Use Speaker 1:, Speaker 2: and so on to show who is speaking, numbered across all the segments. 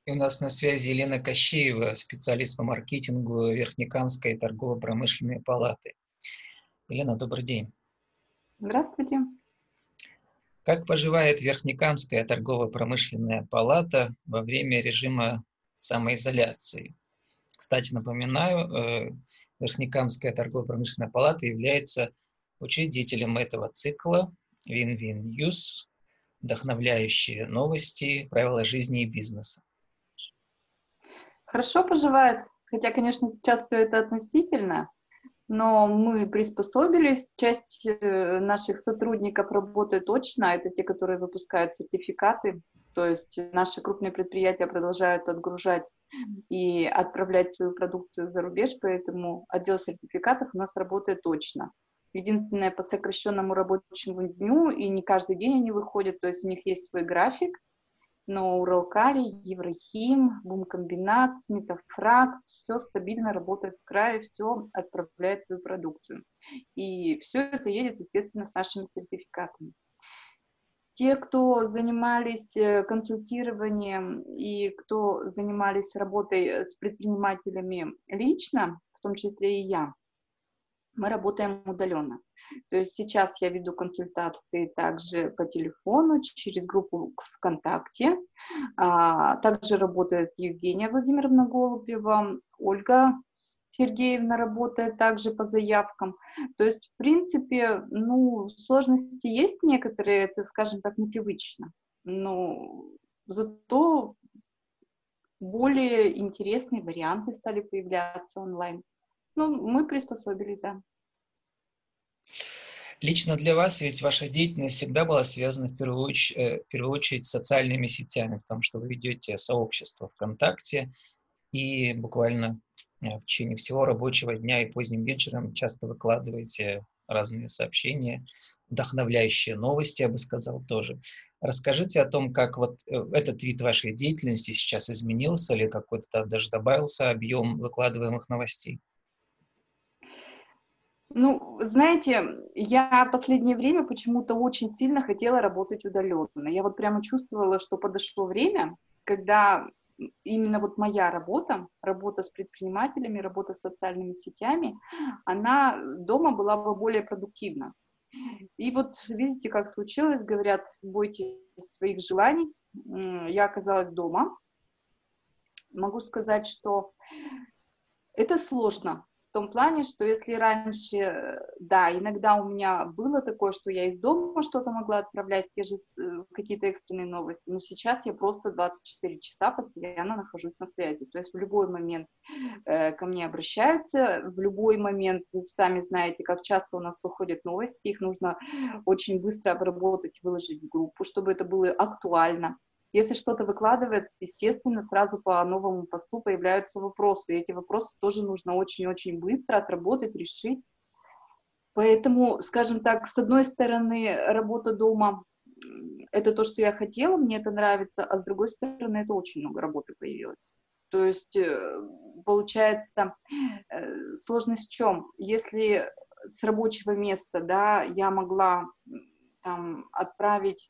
Speaker 1: И у нас на связи Елена Кощеева, специалист по маркетингу Верхнекамской торгово-промышленной палаты. Елена, добрый день.
Speaker 2: Здравствуйте.
Speaker 1: Как поживает Верхнекамская торгово-промышленная палата во время режима самоизоляции? Кстати, напоминаю, Верхнекамская торгово-промышленная палата является учредителем этого цикла Win-Win News, вдохновляющие новости, правила жизни и бизнеса.
Speaker 2: Хорошо поживает, хотя, конечно, сейчас все это относительно, но мы приспособились. Часть наших сотрудников работает очно, это те, которые выпускают сертификаты, то есть наши крупные предприятия продолжают отгружать и отправлять свою продукцию за рубеж, поэтому отдел сертификатов у нас работает точно. Единственное, по сокращенному рабочему дню, и не каждый день они выходят, то есть у них есть свой график, но Уралкалий, Еврохим, Бумкомбинат, Метафракс, все стабильно работает в крае, все отправляет свою продукцию. И все это едет, естественно, с нашими сертификатами. Те, кто занимались консультированием и кто занимались работой с предпринимателями лично, в том числе и я, мы работаем удаленно. То есть сейчас я веду консультации также по телефону, через группу ВКонтакте. Также работает Евгения Владимировна Голубева, Ольга Сергеевна работает также по заявкам. То есть, в принципе, сложности есть некоторые, это, скажем так, непривычно. Но зато более интересные варианты стали появляться онлайн. Мы приспособились, да.
Speaker 1: Лично для вас ведь ваша деятельность всегда была связана в первую очередь с социальными сетями, потому что вы ведете сообщество ВКонтакте и буквально в течение всего рабочего дня и поздним вечером часто выкладываете разные сообщения, вдохновляющие новости, я бы сказал, тоже. Расскажите о том, как этот вид вашей деятельности сейчас изменился или какой-то даже добавился объем выкладываемых новостей.
Speaker 2: Знаете, я в последнее время почему-то очень сильно хотела работать удаленно. Я вот прямо чувствовала, что подошло время, когда именно вот моя работа с предпринимателями, работа с социальными сетями, она дома была бы более продуктивна. И вот видите, как случилось, говорят, бойтесь своих желаний. Я оказалась дома. Могу сказать, что это сложно. В том плане, что если раньше, да, иногда у меня было такое, что я из дома что-то могла отправлять, те же какие-то экстренные новости, но сейчас я просто 24 часа постоянно нахожусь на связи. То есть в любой момент ко мне обращаются, в любой момент, вы сами знаете, как часто у нас выходят новости, их нужно очень быстро обработать, выложить в группу, чтобы это было актуально. Если что-то выкладывается, естественно, сразу по новому посту появляются вопросы, и эти вопросы тоже нужно очень-очень быстро отработать, решить. Поэтому, скажем так, с одной стороны, работа дома — это то, что я хотела, мне это нравится, а с другой стороны, это очень много работы появилось. То есть, получается, сложность в чем? Если с рабочего места, да, я могла там отправить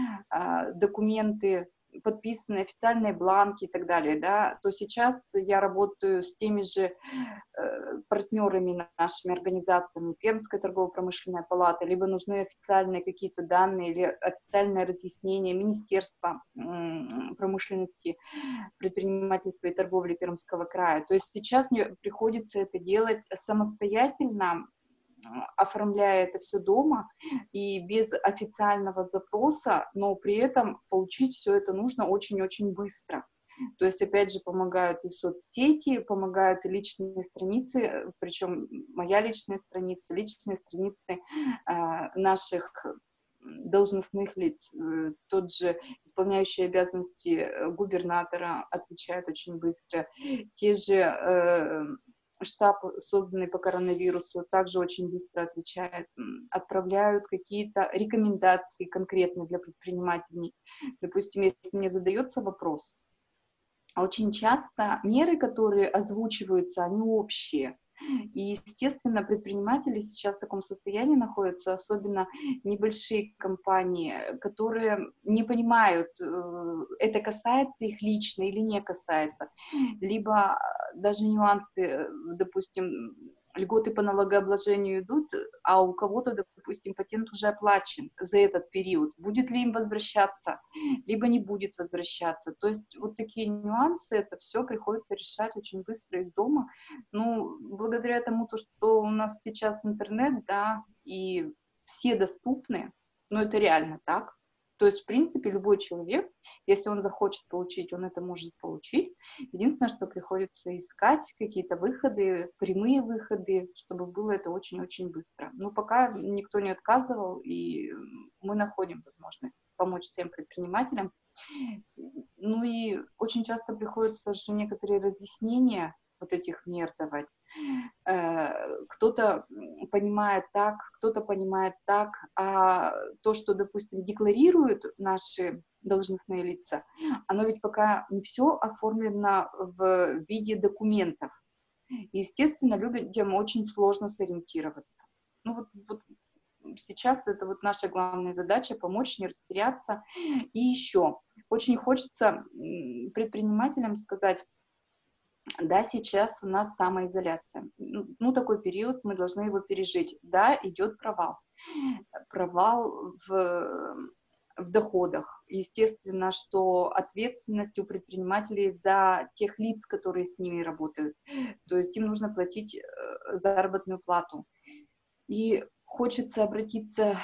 Speaker 2: документы, подписанные, официальные бланки и так далее, да, то сейчас я работаю с теми же партнерами нашими организациями, Пермская торгово-промышленная палата, либо нужны официальные какие-то данные или официальное разъяснение Министерства промышленности, предпринимательства и торговли Пермского края. То есть сейчас мне приходится это делать самостоятельно, оформляя это все дома и без официального запроса, но при этом получить все это нужно очень-очень быстро. То есть, опять же, помогают и соцсети, помогают и личные страницы, причем моя личная страница, личные страницы наших должностных лиц. Тот же исполняющий обязанности губернатора отвечает очень быстро. Те же штаб, созданный по коронавирусу, также очень быстро отвечает, отправляют какие-то рекомендации конкретные для предпринимателей. Допустим, если мне задается вопрос, очень часто меры, которые озвучиваются, они общие. И, естественно, предприниматели сейчас в таком состоянии находятся, особенно небольшие компании, которые не понимают, это касается их лично или не касается. Либо даже нюансы, допустим, льготы по налогообложению идут, а у кого-то, допустим, патент уже оплачен за этот период. Будет ли им возвращаться, либо не будет возвращаться. То есть вот такие нюансы, это все приходится решать очень быстро из дома. Ну, благодаря тому, что у нас сейчас интернет, да, и все доступны, но это реально так. То есть, в принципе, любой человек, если он захочет получить, он это может получить. Единственное, что приходится искать какие-то выходы, прямые выходы, чтобы было это очень-очень быстро. Но пока никто не отказывал, и мы находим возможность помочь всем предпринимателям. Ну и очень часто приходится же некоторые разъяснения вот этих мер давать. Кто-то понимает так, кто-то понимает так, а то, что, допустим, декларируют наши должностные лица, оно ведь пока не все оформлено в виде документов. И, естественно, людям очень сложно сориентироваться. Ну вот сейчас это вот наша главная задача — помочь не растеряться. И еще очень хочется предпринимателям сказать: да, сейчас у нас самоизоляция. Ну, такой период, мы должны его пережить. Да, идет провал. Провал в доходах. Естественно, что ответственность у предпринимателей за тех лиц, которые с ними работают. То есть им нужно платить заработную плату. И хочется обратиться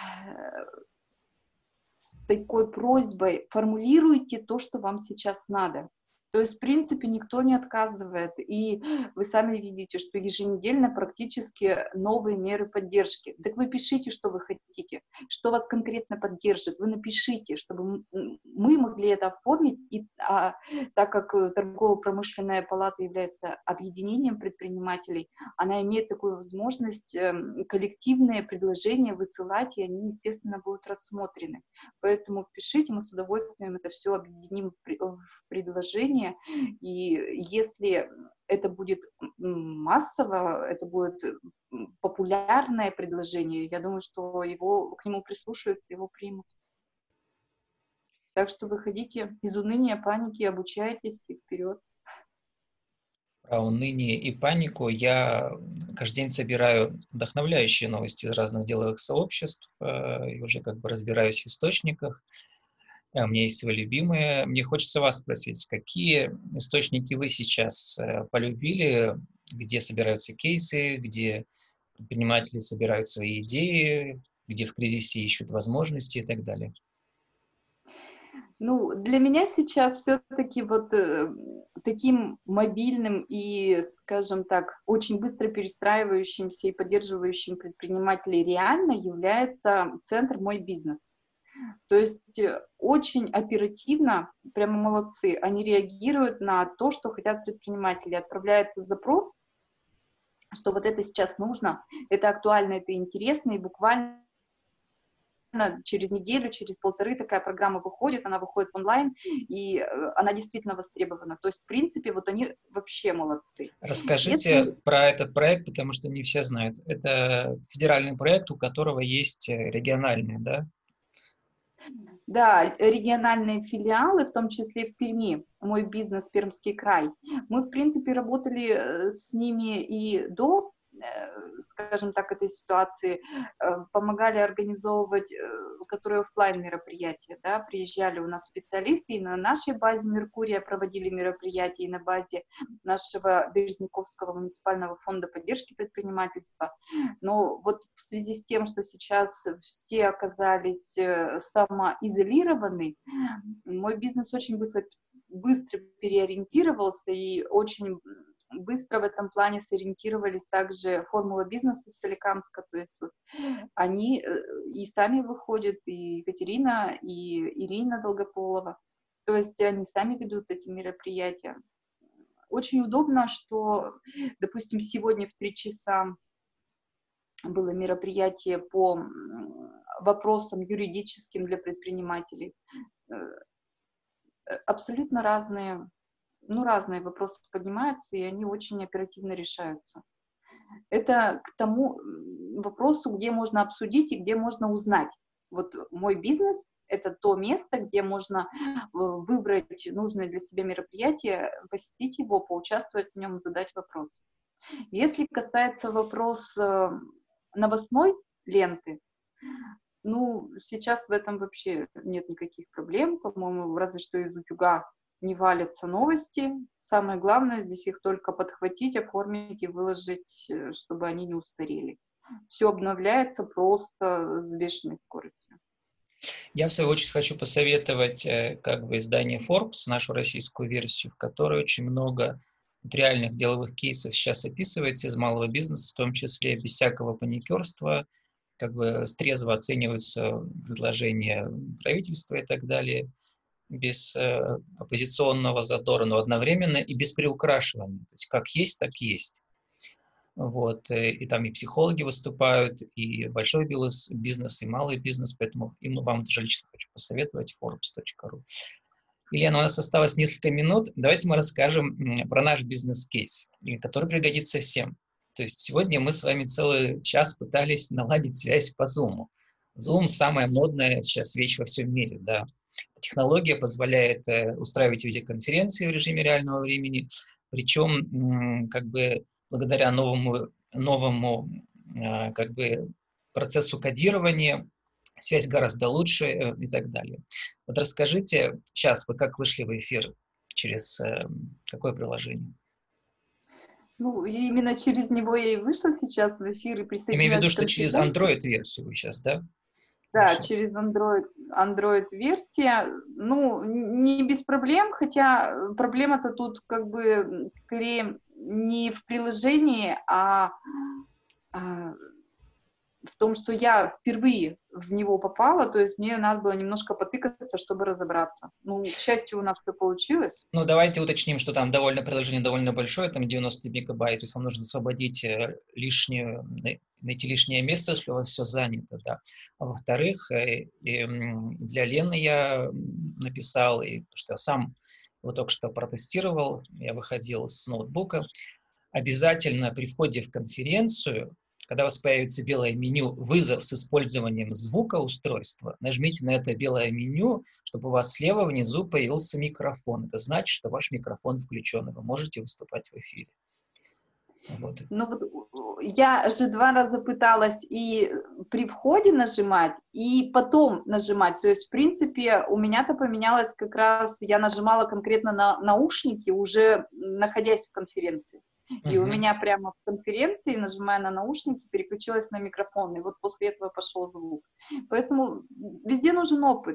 Speaker 2: с такой просьбой: формулируйте то, что вам сейчас надо. То есть, в принципе, никто не отказывает. И вы сами видите, что еженедельно практически новые меры поддержки. Так вы пишите, что вы хотите, что вас конкретно поддержит. Вы напишите, чтобы мы могли это оформить. И, так как торгово-промышленная палата является объединением предпринимателей, она имеет такую возможность коллективные предложения высылать, и они, естественно, будут рассмотрены. Поэтому пишите, мы с удовольствием это все объединим в предложение. И если это будет массово, это будет популярное предложение, я думаю, что к нему прислушаются, его примут. Так что выходите из уныния, паники, обучайтесь и вперед.
Speaker 1: Про уныние и панику я каждый день собираю вдохновляющие новости из разных деловых сообществ и уже как бы разбираюсь в источниках. У меня есть свои любимые. Мне хочется вас спросить, какие источники вы сейчас полюбили, где собираются кейсы, где предприниматели собирают свои идеи, где в кризисе ищут возможности и так далее?
Speaker 2: Ну, для меня сейчас все-таки вот таким мобильным и, скажем так, очень быстро перестраивающимся и поддерживающим предпринимателей реально является центр «Мой бизнес». То есть очень оперативно, прямо молодцы, они реагируют на то, что хотят предприниматели. Отправляется запрос, что вот это сейчас нужно, это актуально, это интересно, и буквально через неделю, через полторы такая программа выходит, она выходит в онлайн, и она действительно востребована. То есть, в принципе, вот они вообще молодцы.
Speaker 1: Расскажите про этот проект, потому что не все знают. Это федеральный проект, у которого есть региональные, да?
Speaker 2: Да, региональные филиалы, в том числе и в Перми, «Мой бизнес Пермский край». Мы, в принципе, работали с ними и до, скажем так, этой ситуации, помогали организовывать, которые офлайн мероприятия, да, приезжали у нас специалисты, и на нашей базе «Меркурия» проводили мероприятия, и на базе нашего Березняковского муниципального фонда поддержки предпринимательства. Но вот в связи с тем, что сейчас все оказались самоизолированы, мой бизнес очень быстро переориентировался, и очень быстро в этом плане сориентировались также «Формула бизнеса» с Соликамска, то есть вот они и сами выходят, и Екатерина, и Ирина Долгополова, то есть они сами ведут эти мероприятия. Очень удобно, что, допустим, сегодня в 3 часа было мероприятие по вопросам юридическим для предпринимателей. Абсолютно разные вопросы поднимаются, и они очень оперативно решаются. это к тому вопросу, где можно обсудить и где можно узнать. Вот мой бизнес — это то место, где можно выбрать нужное для себя мероприятие, посетить его, поучаствовать в нем, задать вопрос. Если касается вопроса новостной ленты, ну, сейчас в этом вообще нет никаких проблем, по-моему, разве что из утюга не валятся новости. Самое главное здесь их только подхватить, оформить и выложить, чтобы они не устарели. Все обновляется просто с бешеной скоростью.
Speaker 1: Я, в свою очередь, хочу посоветовать как бы издание Forbes, нашу российскую версию, в которой очень много реальных деловых кейсов сейчас описывается из малого бизнеса, в том числе без всякого паникерства, как бы трезво оцениваются предложения правительства и так далее, без оппозиционного задора, но одновременно и без приукрашивания. То есть как есть, так есть. Вот, и там и психологи выступают, и большой бизнес, и малый бизнес, поэтому вам даже лично хочу посоветовать forbes.ru. Елена, у нас осталось несколько минут. Давайте мы расскажем про наш бизнес-кейс, который пригодится всем. То есть сегодня мы с вами целый час пытались наладить связь по Zoom. Zoom — самая модная сейчас вещь во всем мире, да. Технология позволяет устраивать видеоконференции в режиме реального времени, причем как бы благодаря новому как бы процессу кодирования связь гораздо лучше и так далее. Вот расскажите, сейчас вы как вышли в эфир, через какое приложение?
Speaker 2: Ну, и именно через него я и вышла сейчас в эфир и
Speaker 1: Я имею в виду,
Speaker 2: присоединилась к
Speaker 1: что через
Speaker 2: конференции.
Speaker 1: Android-версию вы сейчас, да?
Speaker 2: Да,
Speaker 1: Вышли?
Speaker 2: через Android-версия. Ну, не без проблем, хотя проблема-то тут как бы скорее не в приложении, а в том, что я впервые в него попала, то есть мне надо было немножко потыкаться, чтобы разобраться. Ну, к счастью, у нас все получилось.
Speaker 1: Ну, давайте уточним, что там приложение довольно большое, там 90 мегабайт, то есть вам нужно освободить найти лишнее место, если у вас все занято, да. А во-вторых, для Лены я написал, и потому что я сам его только что протестировал, я выходил с ноутбука, обязательно при входе в конференцию, когда у вас появится белое меню «Вызов с использованием звукоустройства», нажмите на это белое меню, чтобы у вас слева внизу появился микрофон. Это значит, что ваш микрофон включен, и вы можете выступать в эфире. Вот.
Speaker 2: Ну вот я же 2 раза пыталась и при входе нажимать, и потом нажимать. То есть, в принципе, у меня-то поменялось как раз, я нажимала конкретно на наушники, уже находясь в конференции. И у меня прямо в конференции, нажимая на наушники, переключилась на микрофон, и вот после этого пошел звук. Поэтому везде нужен опыт.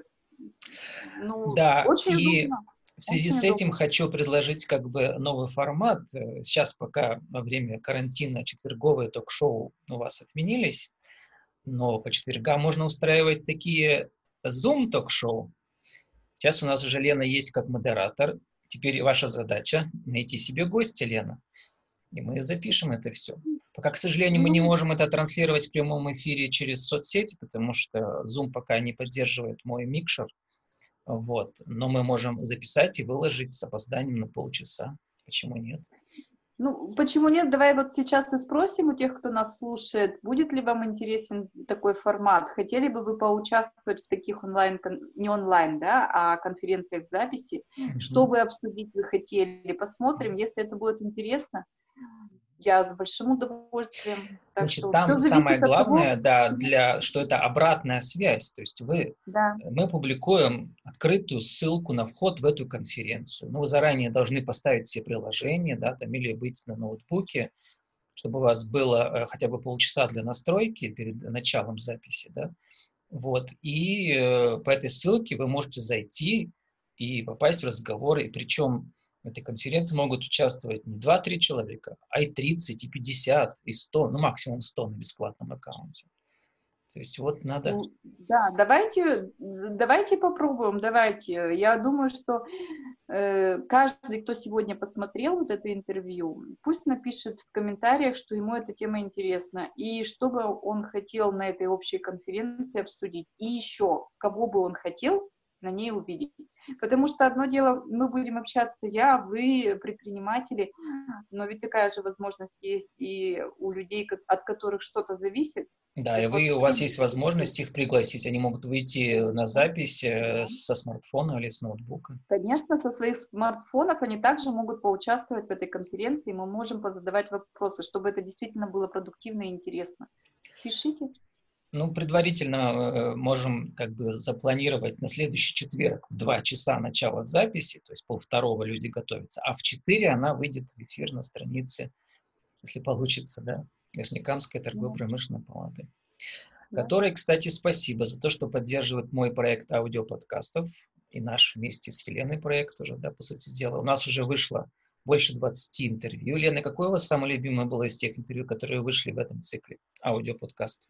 Speaker 2: Ну,
Speaker 1: Да,
Speaker 2: очень
Speaker 1: и
Speaker 2: удобно,
Speaker 1: в связи
Speaker 2: очень
Speaker 1: с этим
Speaker 2: удобно.
Speaker 1: хочу предложить как бы новый формат. Сейчас пока во время карантина четверговые ток-шоу у вас отменились, но по четвергам можно устраивать такие Zoom ток-шоу. Сейчас у нас уже Лена есть как модератор. Теперь ваша задача — найти себе гостя, Лена. И мы запишем это все. Пока, к сожалению, мы не
Speaker 2: Ну,
Speaker 1: можем это транслировать в прямом эфире через соцсети, потому что Zoom пока не поддерживает мой микшер. Вот. Но мы можем записать и выложить с опозданием на полчаса. Почему нет?
Speaker 2: Ну, почему нет? Давай вот сейчас и спросим у тех, кто нас слушает, будет ли вам интересен такой формат? Хотели бы вы поучаствовать в таких онлайн, не онлайн, да, а конференциях в записи? Что вы обсудить вы хотели? Посмотрим, если это будет интересно, я с большим удовольствием. Так
Speaker 1: Значит,
Speaker 2: что все
Speaker 1: там самое
Speaker 2: зависит от того,
Speaker 1: главное, да, что это обратная связь. То есть
Speaker 2: да.
Speaker 1: мы публикуем открытую ссылку на вход в эту конференцию. Ну, вы заранее должны поставить все приложения, да, там, или быть на ноутбуке, чтобы у вас было хотя бы полчаса для настройки перед началом записи, да. Вот. И по этой ссылке вы можете зайти и попасть в разговор. И причем в этой конференции могут участвовать не 2-3 человека, а и 30, и 50, и 100, ну максимум 100 на бесплатном аккаунте. То есть вот надо...
Speaker 2: Ну, да, давайте попробуем, давайте. Я думаю, что каждый, кто сегодня посмотрел вот это интервью, пусть напишет в комментариях, что ему эта тема интересна, и что бы он хотел на этой общей конференции обсудить, и еще, кого бы он хотел на ней увидеть. Потому что одно дело, мы будем общаться, я, вы, предприниматели, но ведь такая же возможность есть и у людей, от которых что-то зависит.
Speaker 1: Да, и
Speaker 2: Так вот,
Speaker 1: у
Speaker 2: с
Speaker 1: вас
Speaker 2: кем
Speaker 1: есть возможность их пригласить. Они могут выйти на запись со смартфона или с ноутбука.
Speaker 2: Конечно, со своих смартфонов они также могут поучаствовать в этой конференции, мы можем позадавать вопросы, чтобы это действительно было продуктивно и интересно. Пишите.
Speaker 1: Ну, предварительно можем как бы запланировать на следующий четверг в 2 часа начала записи, то есть 1:30 люди готовятся, а в 4 она выйдет в эфир на странице, если получится, да, Нижнекамской
Speaker 2: Ну,
Speaker 1: торгово-промышленной палаты.
Speaker 2: да.
Speaker 1: Которой, кстати, спасибо за то, что поддерживает мой проект аудиоподкастов и наш вместе с Еленой проект уже, да, по сути дела. У нас уже вышло больше 20 интервью. Лена, какое у вас самое любимое было из тех интервью, которые вышли в этом цикле аудиоподкастов?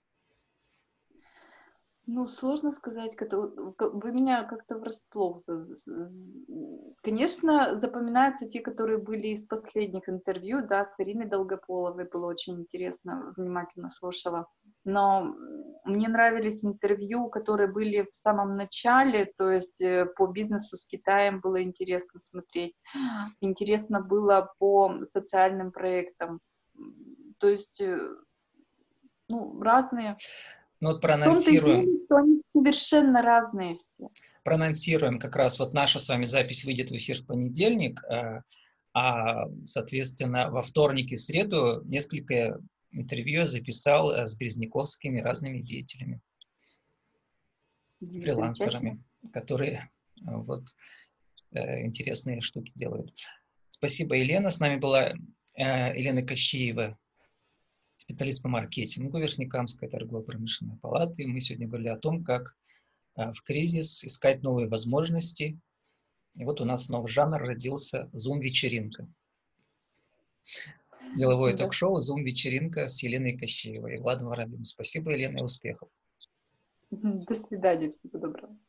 Speaker 2: Ну, сложно сказать, вы меня как-то врасплох. Конечно, запоминаются те, которые были из последних интервью, да, с Ириной Долгополовой было очень интересно, внимательно слушала. Но мне нравились интервью, которые были в самом начале, то есть по бизнесу с Китаем было интересно смотреть. Интересно было по социальным проектам. То есть, ну, разные.
Speaker 1: Ну вот
Speaker 2: В том-то и
Speaker 1: проанонсируем,
Speaker 2: дело, что они совершенно разные все.
Speaker 1: проанонсируем как раз вот наша с вами запись выйдет в эфир в понедельник, соответственно, во вторник и в среду несколько интервью я записал с березняковскими разными деятелями,
Speaker 2: Замечательно.
Speaker 1: фрилансерами, которые вот интересные штуки делают. Спасибо, Елена. С нами была Елена Кощеева, специалист по маркетингу Верхнекамской торгово-промышленной палаты. И мы сегодня говорили о том, как в кризис искать новые возможности. И вот у нас новый жанр родился – Zoom-вечеринка. Деловое
Speaker 2: Да.
Speaker 1: ток-шоу «Zoom-вечеринка» с Еленой Кощеевой и Владом Воробьевым. Спасибо, Елена, и успехов.
Speaker 2: До свидания, всего доброго.